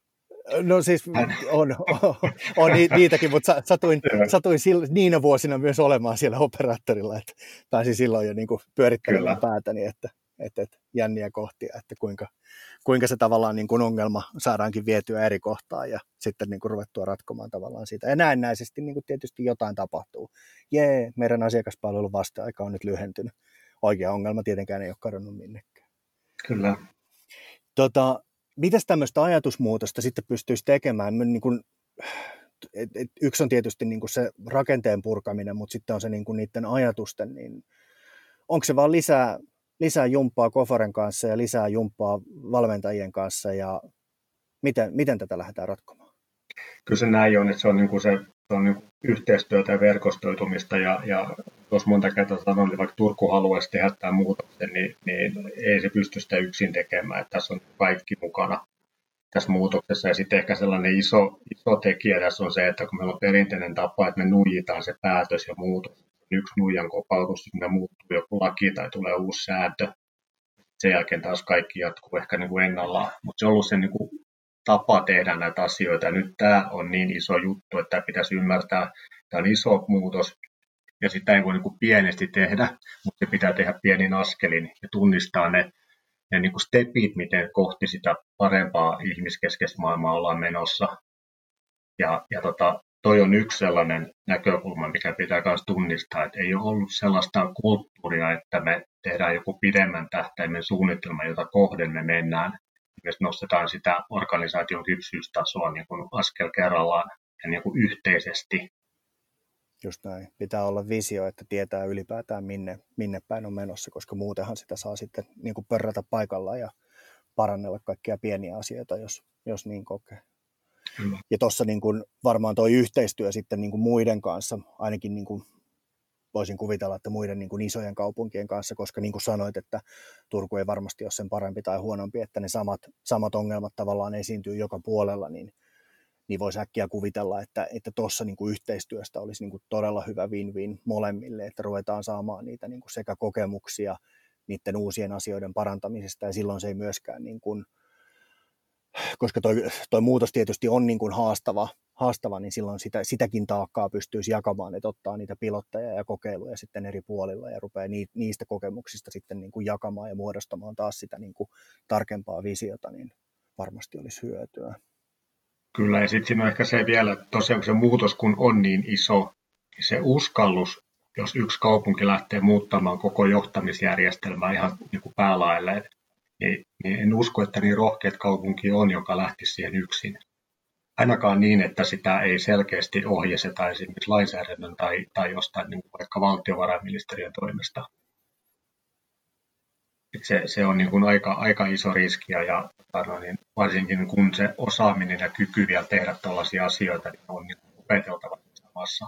No siis on, on, on niitäkin, mutta satuin, satuin niinä vuosina myös olemaan siellä operaattorilla, että pääsin silloin jo niin kuin pyörittämään päätäni, että, että, että jänniä kohtia, että kuinka, kuinka se tavallaan niin kuin ongelma saadaankin vietyä eri kohtaan ja sitten niin kuin ruvettua ratkomaan tavallaan siitä. Ja näennäisesti niin kuin tietysti jotain tapahtuu. Jee, meidän asiakaspalvelun vasta-aika on nyt lyhentynyt. Oikea ongelma tietenkään ei ole kadonnut minnekään. Kyllä. Tota, mitäs tämmöistä ajatusmuutosta sitten pystyisi tekemään? Niin kuin, et, et, yksi on tietysti niin kuin se rakenteen purkaminen, mutta sitten on se niin kuin niiden ajatusten. Niin onko se vaan lisää, lisää jumppaa Goforen kanssa ja lisää jumppaa valmentajien kanssa ja miten, miten tätä lähdetään ratkomaan? Kyllä se näin on, että se on, niin kuin se, se on niin kuin yhteistyötä ja verkostoitumista ja, ja jos monta kertaa sanon, että vaikka Turku haluaisi tehdä tämän muutoksen, niin, niin ei se pysty sitä yksin tekemään. Että tässä on kaikki mukana tässä muutoksessa ja sitten ehkä sellainen iso, iso tekijä tässä on se, että kun meillä on perinteinen tapa, että me nuijitaan se päätös ja muutos, yksi nuijan kopautus, sitten muuttuu joku laki tai tulee uusi sääntö, sen jälkeen taas kaikki jatkuu ehkä niin kuin ennallaan, mutta se on ollut se niin kuin tapa tehdä näitä asioita. Ja nyt tämä on niin iso juttu, että tämä pitäisi ymmärtää. Tämä on iso muutos ja sitä ei voi niin kuin pienesti tehdä, mutta se pitää tehdä pienin askelin ja tunnistaa ne, ne niin kuin stepit, miten kohti sitä parempaa ihmiskeskeistä maailmaa ollaan menossa. Ja, ja tota, toi on yksi sellainen näkökulma, mikä pitää myös tunnistaa, että ei ole ollut sellaista kulttuuria, että me tehdään joku pidemmän tähtäimen suunnitelma, jota kohden me mennään. Me nostetaan sitä organisaation kypsyystasoa niin kuin askel kerrallaan ja niin kuin yhteisesti. Just näin. Pitää olla visio, että tietää ylipäätään minne, minne päin on menossa, koska muutenhan sitä saa sitten niin kuin pörrätä paikallaan ja parannella kaikkia pieniä asioita, jos, jos niin kokee. Kyllä. Ja tuossa niin kuin varmaan tuo yhteistyö sitten niin kuin muiden kanssa, ainakin niin kuin voisin kuvitella, että muiden niin kuin isojen kaupunkien kanssa, koska niin kuin sanoit, että Turku ei varmasti ole sen parempi tai huonompi, että ne samat, samat ongelmat tavallaan esiintyy joka puolella, niin, niin voisi äkkiä kuvitella, että että tuossa niin kuin yhteistyöstä olisi niin kuin todella hyvä win-win molemmille, että ruvetaan saamaan niitä niin kuin sekä kokemuksia niiden uusien asioiden parantamisesta, ja silloin se ei myöskään, niin kuin, koska toi, toi muutos tietysti on niin kuin haastava, haastava, niin silloin sitä, sitäkin taakkaa pystyisi jakamaan, että ottaa niitä pilotteja ja kokeiluja sitten eri puolilla ja rupeaa niistä kokemuksista sitten niin kuin jakamaan ja muodostamaan taas sitä niin kuin tarkempaa visiota, niin varmasti olisi hyötyä. Kyllä, ja sitten siinä on ehkä se vielä, että tosiaan se muutos kun on niin iso, se uskallus jos yksi kaupunki lähtee muuttamaan koko johtamisjärjestelmää ihan niin kuin päälaelleen, niin, niin en usko, että niin rohkeat kaupunki on, joka lähtisi siihen yksin. Ainakaan niin, että sitä ei selkeästi ohjeiseta esimerkiksi lainsäädännön tai, tai jostain niin vaikka valtiovarainministeriön toimesta. Et se, se on niin kuin aika, aika iso riski ja no niin, varsinkin kun se osaaminen ja kyky vielä tehdä tällaisia asioita niin on niin opeteltava samassa.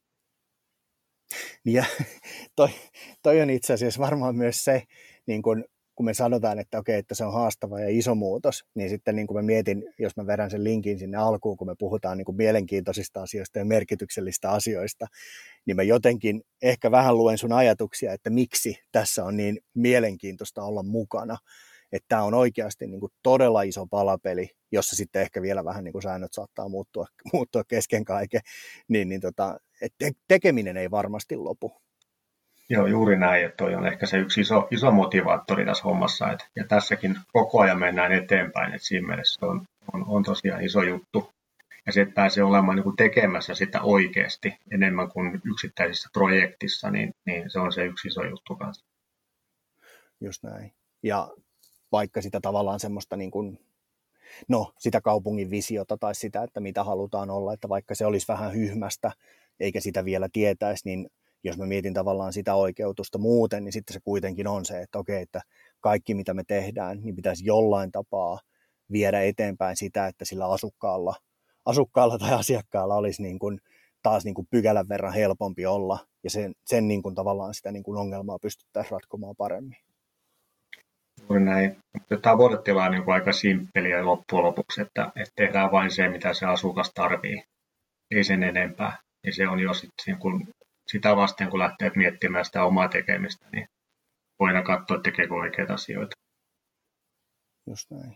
Ja toi, toi on itse asiassa varmaan myös se, niin kun, kun me sanotaan, että okei, että se on haastava ja iso muutos, niin sitten niin kun mä mietin, jos mä vedän sen linkin sinne alkuun, kun me puhutaan niin kun mielenkiintoisista asioista ja merkityksellisistä asioista, niin mä jotenkin ehkä vähän luen sun ajatuksia, että miksi tässä on niin mielenkiintoista olla mukana. Että tämä on oikeasti niin kuin todella iso palapeli, jossa sitten ehkä vielä vähän niin kuin säännöt saattaa muuttua, muuttua kesken kaiken, niin, niin tota, että tekeminen ei varmasti lopu. Joo, juuri näin, että toi on ehkä se yksi iso, iso motivaattori tässä hommassa, että, ja tässäkin koko ajan mennään eteenpäin, että siinä mielessä on, on, on tosiaan iso juttu, ja se, että pääsee olemaan niin kuin tekemässä sitä oikeasti enemmän kuin yksittäisissä projektissa, niin, niin se on se yksi iso juttu kanssa. Just näin, ja vaikka sitä tavallaan semmoista niin kuin, no, sitä kaupungin visiota tai sitä, että mitä halutaan olla, että vaikka se olisi vähän hyhmästä, eikä sitä vielä tietäisi, niin jos mä mietin tavallaan sitä oikeutusta muuten, niin sitten se kuitenkin on se, että okei, että kaikki mitä me tehdään, niin pitäisi jollain tapaa viedä eteenpäin sitä, että sillä asukkaalla, asukkaalla tai asiakkaalla olisi niin kuin taas niin kuin pykälän verran helpompi olla, ja sen, sen niin kuin tavallaan sitä niin kuin ongelmaa pystyttäisiin ratkomaan paremmin. Juuri näin. Tavoitetila on niin kuin aika simppeliä loppujen lopuksi, että, että tehdään vain se, mitä se asukas tarvitsee, ei sen enempää. Ja se on jo sit, niin kuin, sitä vasten, kun lähtee miettimään sitä omaa tekemistä, niin voidaan katsoa, tekeekö oikeita asioita. Just näin.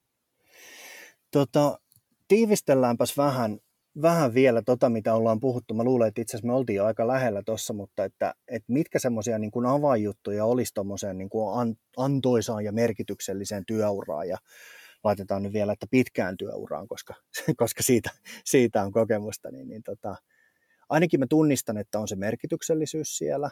Tota, tiivistelläänpäs vähän, vähän vielä tota, mitä ollaan puhuttu. Mä luulen, että itse asiassa me oltiin jo aika lähellä tuossa, mutta että, että mitkä semmoisia niin kuin avainjuttuja olisi tuommoiseen niin kuin an, antoisaan ja merkitykselliseen työuraan, ja laitetaan nyt vielä, että pitkään työuraan, koska, koska siitä, siitä on kokemusta, niin, niin tota, ainakin mä tunnistan, että on se merkityksellisyys siellä.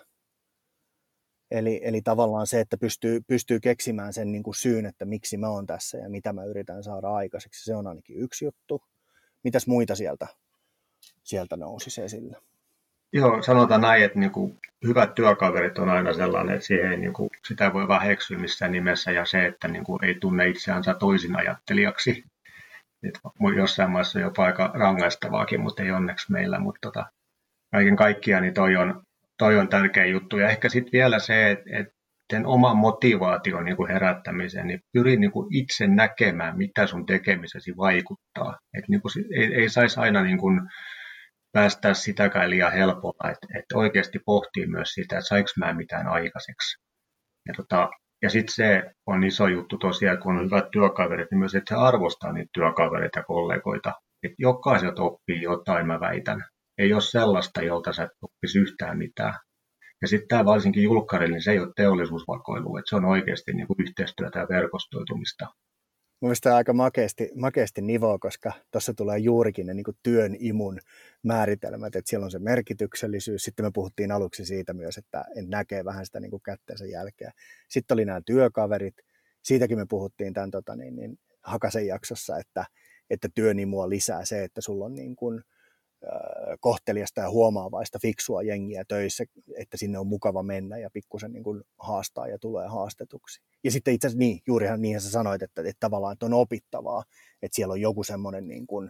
Eli, eli tavallaan se, että pystyy, pystyy keksimään sen niin kuin syyn, että miksi mä oon tässä ja mitä mä yritän saada aikaiseksi. Se on ainakin yksi juttu. Mitäs muita sieltä, sieltä nousisi esille? Joo, sanotaan näin, että niin kuin hyvät työkaverit on aina sellainen, että siihen ei, niin kuin, sitä ei voi väheksyä missään nimessä, ja se, että niin kuin, ei tunne itseänsä toisin ajattelijaksi. Et jossain maissa on jopa aika rangaistavaakin, mutta ei onneksi meillä. Mutta tota, kaiken kaikkiaan niin toi on, toi on tärkeä juttu. Ja ehkä sitten vielä se, että, että sen oman motivaation niin kuin herättämiseen, niin pyri niin kuin itse näkemään, mitä sun tekemisesi vaikuttaa. Et niin kuin, ei, ei saisi aina niin kuin päästää sitäkään liian helpolla, että, että oikeasti pohtii myös sitä, että saiko mä mitään aikaiseksi. Ja, tota, ja sitten se on iso juttu tosiaan, kun on hyvät työkaverit, niin myös, että se arvostaa niitä työkavereita ja kollegoita. Että jokaiselta oppii jotain, mä väitän. Ei ole sellaista, jolta sä et oppisi yhtään mitään. Ja sitten tämä varsinkin julkkari, niin se ei ole teollisuusvakoilua, että se on oikeasti niin kuin yhteistyötä ja verkostoitumista. Mielestäni aika makeasti, makeasti nivoa, koska tuossa tulee juurikin ne niin kuin työn imun määritelmät, että siellä on se merkityksellisyys. Sitten me puhuttiin aluksi siitä myös, että en näkee vähän sitä niin kuin kätteensä jälkeä. Sitten oli nämä työkaverit. Siitäkin me puhuttiin tämän tota, niin, niin, Hakasen jaksossa, että, että työn imua lisää se, että sulla on niin kuin kohteliasta ja huomaavaista fiksua jengiä töissä, että sinne on mukava mennä ja pikkusen niin kuin haastaa ja tulee haastetuksi. Ja sitten itse asiassa niin, juurihan niinhän sä sanoit, että, että tavallaan että on opittavaa, että siellä on joku semmoinen, niin kuin,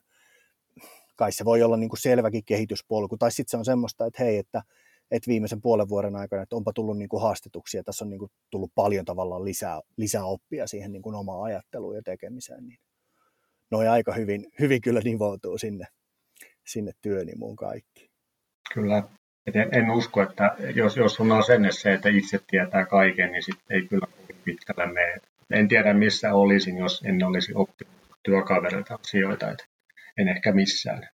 kai se voi olla niin kuin selväkin kehityspolku, tai sitten se on semmoista, että hei, että, että viimeisen puolen vuoden aikana, että onpa tullut niin kuin haastetuksia, tässä on niin kuin tullut paljon tavallaan lisää, lisää oppia siihen niin kuin omaan ajatteluun ja tekemiseen, niin noi aika hyvin, hyvin kyllä nivoutuu sinne. sinne työnimuun kaikki. Kyllä. En, en usko, että jos, jos on asenne se, että itse tietää kaiken, niin sitten ei kyllä pitkällä mene. En tiedä, missä olisin, jos en olisi oppinut työkaverilta asioita. Et en ehkä missään.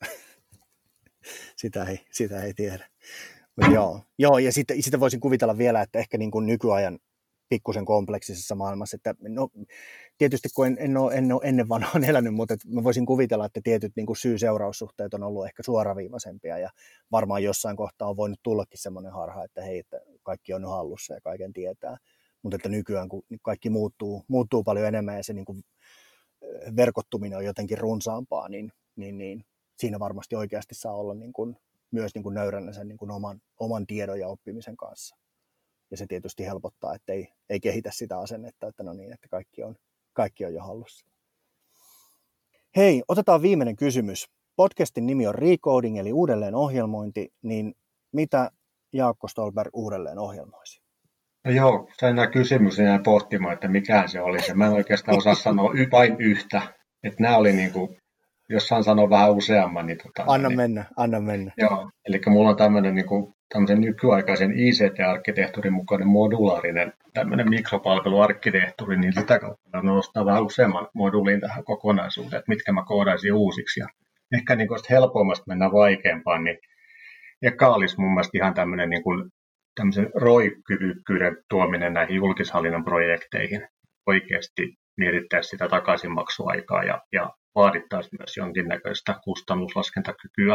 sitä, ei, sitä ei tiedä. Mut joo. joo, ja sitten, sitten voisin kuvitella vielä, että ehkä niin kuin nykyajan pikkusen kompleksisessa maailmassa. Että no, tietysti kun en, en, ole, en ole ennen vanhaan elänyt, mutta mä voisin kuvitella, että tietyt niin kuin syy-seuraussuhteet on ollut ehkä suoraviivaisempia ja varmaan jossain kohtaa on voinut tullakin semmoinen harha, että hei, että kaikki on hallussa ja kaiken tietää. Mutta että nykyään kun kaikki muuttuu, muuttuu paljon enemmän ja se niin kuin verkottuminen on jotenkin runsaampaa, niin, niin, niin siinä varmasti oikeasti saa olla niin kuin, myös niin kuin nöyränä sen niin kuin oman, oman tiedon ja oppimisen kanssa. Ja se tietysti helpottaa, että ei, ei kehitä sitä asennetta, että no niin, että kaikki on, kaikki on jo hallussa. Hei, otetaan viimeinen kysymys. Podcastin nimi on Recoding, eli uudelleenohjelmointi, niin mitä Jaakko Stolberg uudelleen ohjelmoisi? No joo, sain nämä kysymykset jäin pohtimaan, että mikä se oli. Mä en oikeastaan osaa sanoa y- vain yhtä. Että nämä oli niin kuin, jos saan sanoa vähän useamman, niin... Tota, anna niin, mennä, anna mennä. Joo, eli mulla on tämmöinen niin kuin, tämmöisen nykyaikaisen I C T-arkkitehtuurin mukainen modulaarinen tämmöinen mikropalveluarkkitehtuuri, niin sitä kautta nostaa vähän useamman moduulin tähän kokonaisuuteen, että mitkä mä koodaisin uusiksi. Ja ehkä niin kuin helpoimmasta mennään vaikeampaan, niin eka olisi mun mielestä ihan tämmöinen niin kuin, tämmöisen R O I-kyvykkyyden tuominen näihin julkishallinnon projekteihin. Oikeasti mietittäisiin sitä takaisinmaksuaikaa ja, ja vaadittaisiin myös jonkinnäköistä kustannuslaskentakykyä.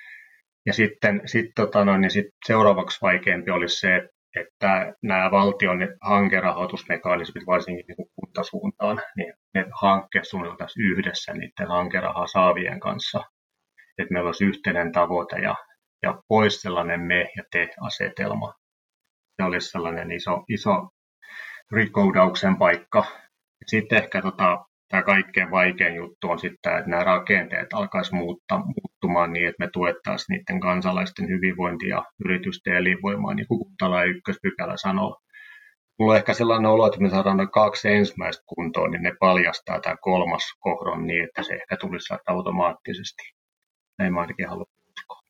Ja sitten sit, tota, no, niin sit seuraavaksi vaikeampi olisi se, että nämä valtion hankerahoitusmekanismit, varsinkin niin kuin kuntasuuntaan, niin ne hankkeet suunniteltaisiin yhdessä niiden hankerahaa saavien kanssa. Että meillä olisi yhteinen tavoite ja, ja pois sellainen me- ja te-asetelma. Se olisi sellainen iso, iso rekoodauksen paikka. Sitten ehkä tota, tämä kaikkein vaikein juttu on sitten, että nämä rakenteet alkaisi muuttaa, muuttumaan niin, että me tuettaisiin niiden kansalaisten hyvinvointia ja yritysten elinvoimaa, niin kuin kuntalain ykköspykälä sanoo. Mulla on ehkä sellainen olo, että me saadaan ne kaksi ensimmäistä kuntoon, niin ne paljastaa tämä kolmas kohdon niin, että se ehkä tulisi automaattisesti. Näin mä ainakin haluan uskoa.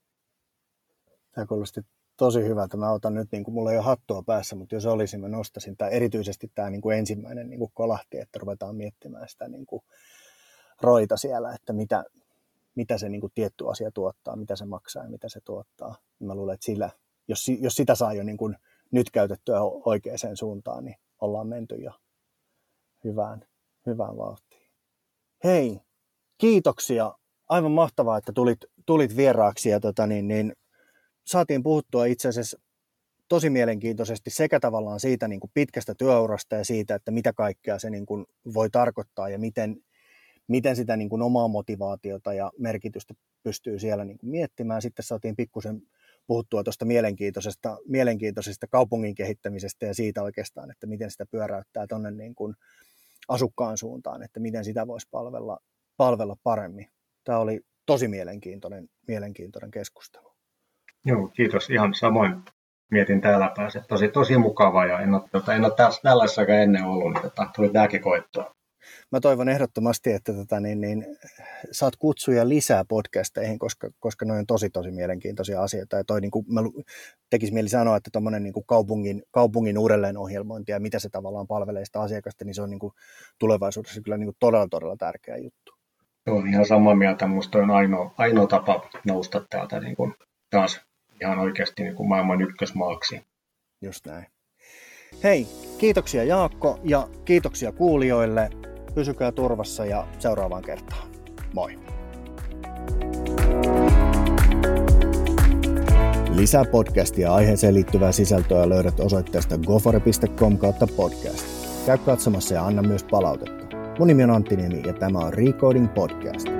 Tämä kuulosti tosi hyvältä. Mä otan nyt, niin kuin mulla ei ole hattua päässä, mutta jos olisin, mä nostaisin tämä, erityisesti tämä niin kuin ensimmäinen niin kuin kolahti, että ruvetaan miettimään sitä niin kuin roita siellä, että mitä, mitä se niin kuin tietty asia tuottaa, mitä se maksaa ja mitä se tuottaa. Mä luulen, että sillä, jos, jos sitä saa jo niin kuin nyt käytettyä oikeaan suuntaan, niin ollaan menty jo hyvään, hyvään vauhtiin. Hei, kiitoksia. Aivan mahtavaa, että tulit, tulit vieraaksi ja tota niin, niin saatiin puhuttua itse asiassa tosi mielenkiintoisesti sekä tavallaan siitä niin kuin pitkästä työurasta ja siitä, että mitä kaikkea se niin kuin voi tarkoittaa ja miten, miten sitä niin kuin omaa motivaatiota ja merkitystä pystyy siellä niin kuin miettimään. Sitten saatiin pikkusen puhuttua tuosta mielenkiintoisesta, mielenkiintoisesta kaupungin kehittämisestä ja siitä oikeastaan, että miten sitä pyöräyttää tuonne niin kuin asukkaan suuntaan, että miten sitä voisi palvella, palvella paremmin. Tämä oli tosi mielenkiintoinen, mielenkiintoinen keskustelu. Joo, kiitos. Ihan samoin mietin täällä pääse. Tosi, tosi mukavaa ja en ole, tota, en ole tässä tällaisessakaan ennen ollut, niin tota, tuli tämäkin koettua. Mä toivon ehdottomasti, että tota, niin, niin, saat kutsuja lisää podcasteihin, koska, koska ne on tosi tosi mielenkiintoisia asioita. Ja toi, niin kuin, mä tekisi mieli sanoa, että tuommoinen niin kuin kaupungin, kaupungin uudelleenohjelmointi ja mitä se tavallaan palvelee sitä asiakasta, niin se on niin kuin, tulevaisuudessa kyllä niin kuin, todella todella tärkeä juttu. Joo, ihan samaa mieltä. Minusta on ainoa, ainoa tapa nousta täältä niin kuin, taas ihan oikeasti niin kuin maailman ykkösmaaksi. Just näin. Hei, kiitoksia Jaakko ja kiitoksia kuulijoille. Pysykää turvassa ja seuraavaan kertaan. Moi! Lisää podcastia ja aiheeseen liittyvää sisältöä löydät osoitteesta gofore piste com kautta podcast. Käy katsomassa ja anna myös palautetta. Mun nimi on Antti Niemi ja tämä on Recoding Podcast.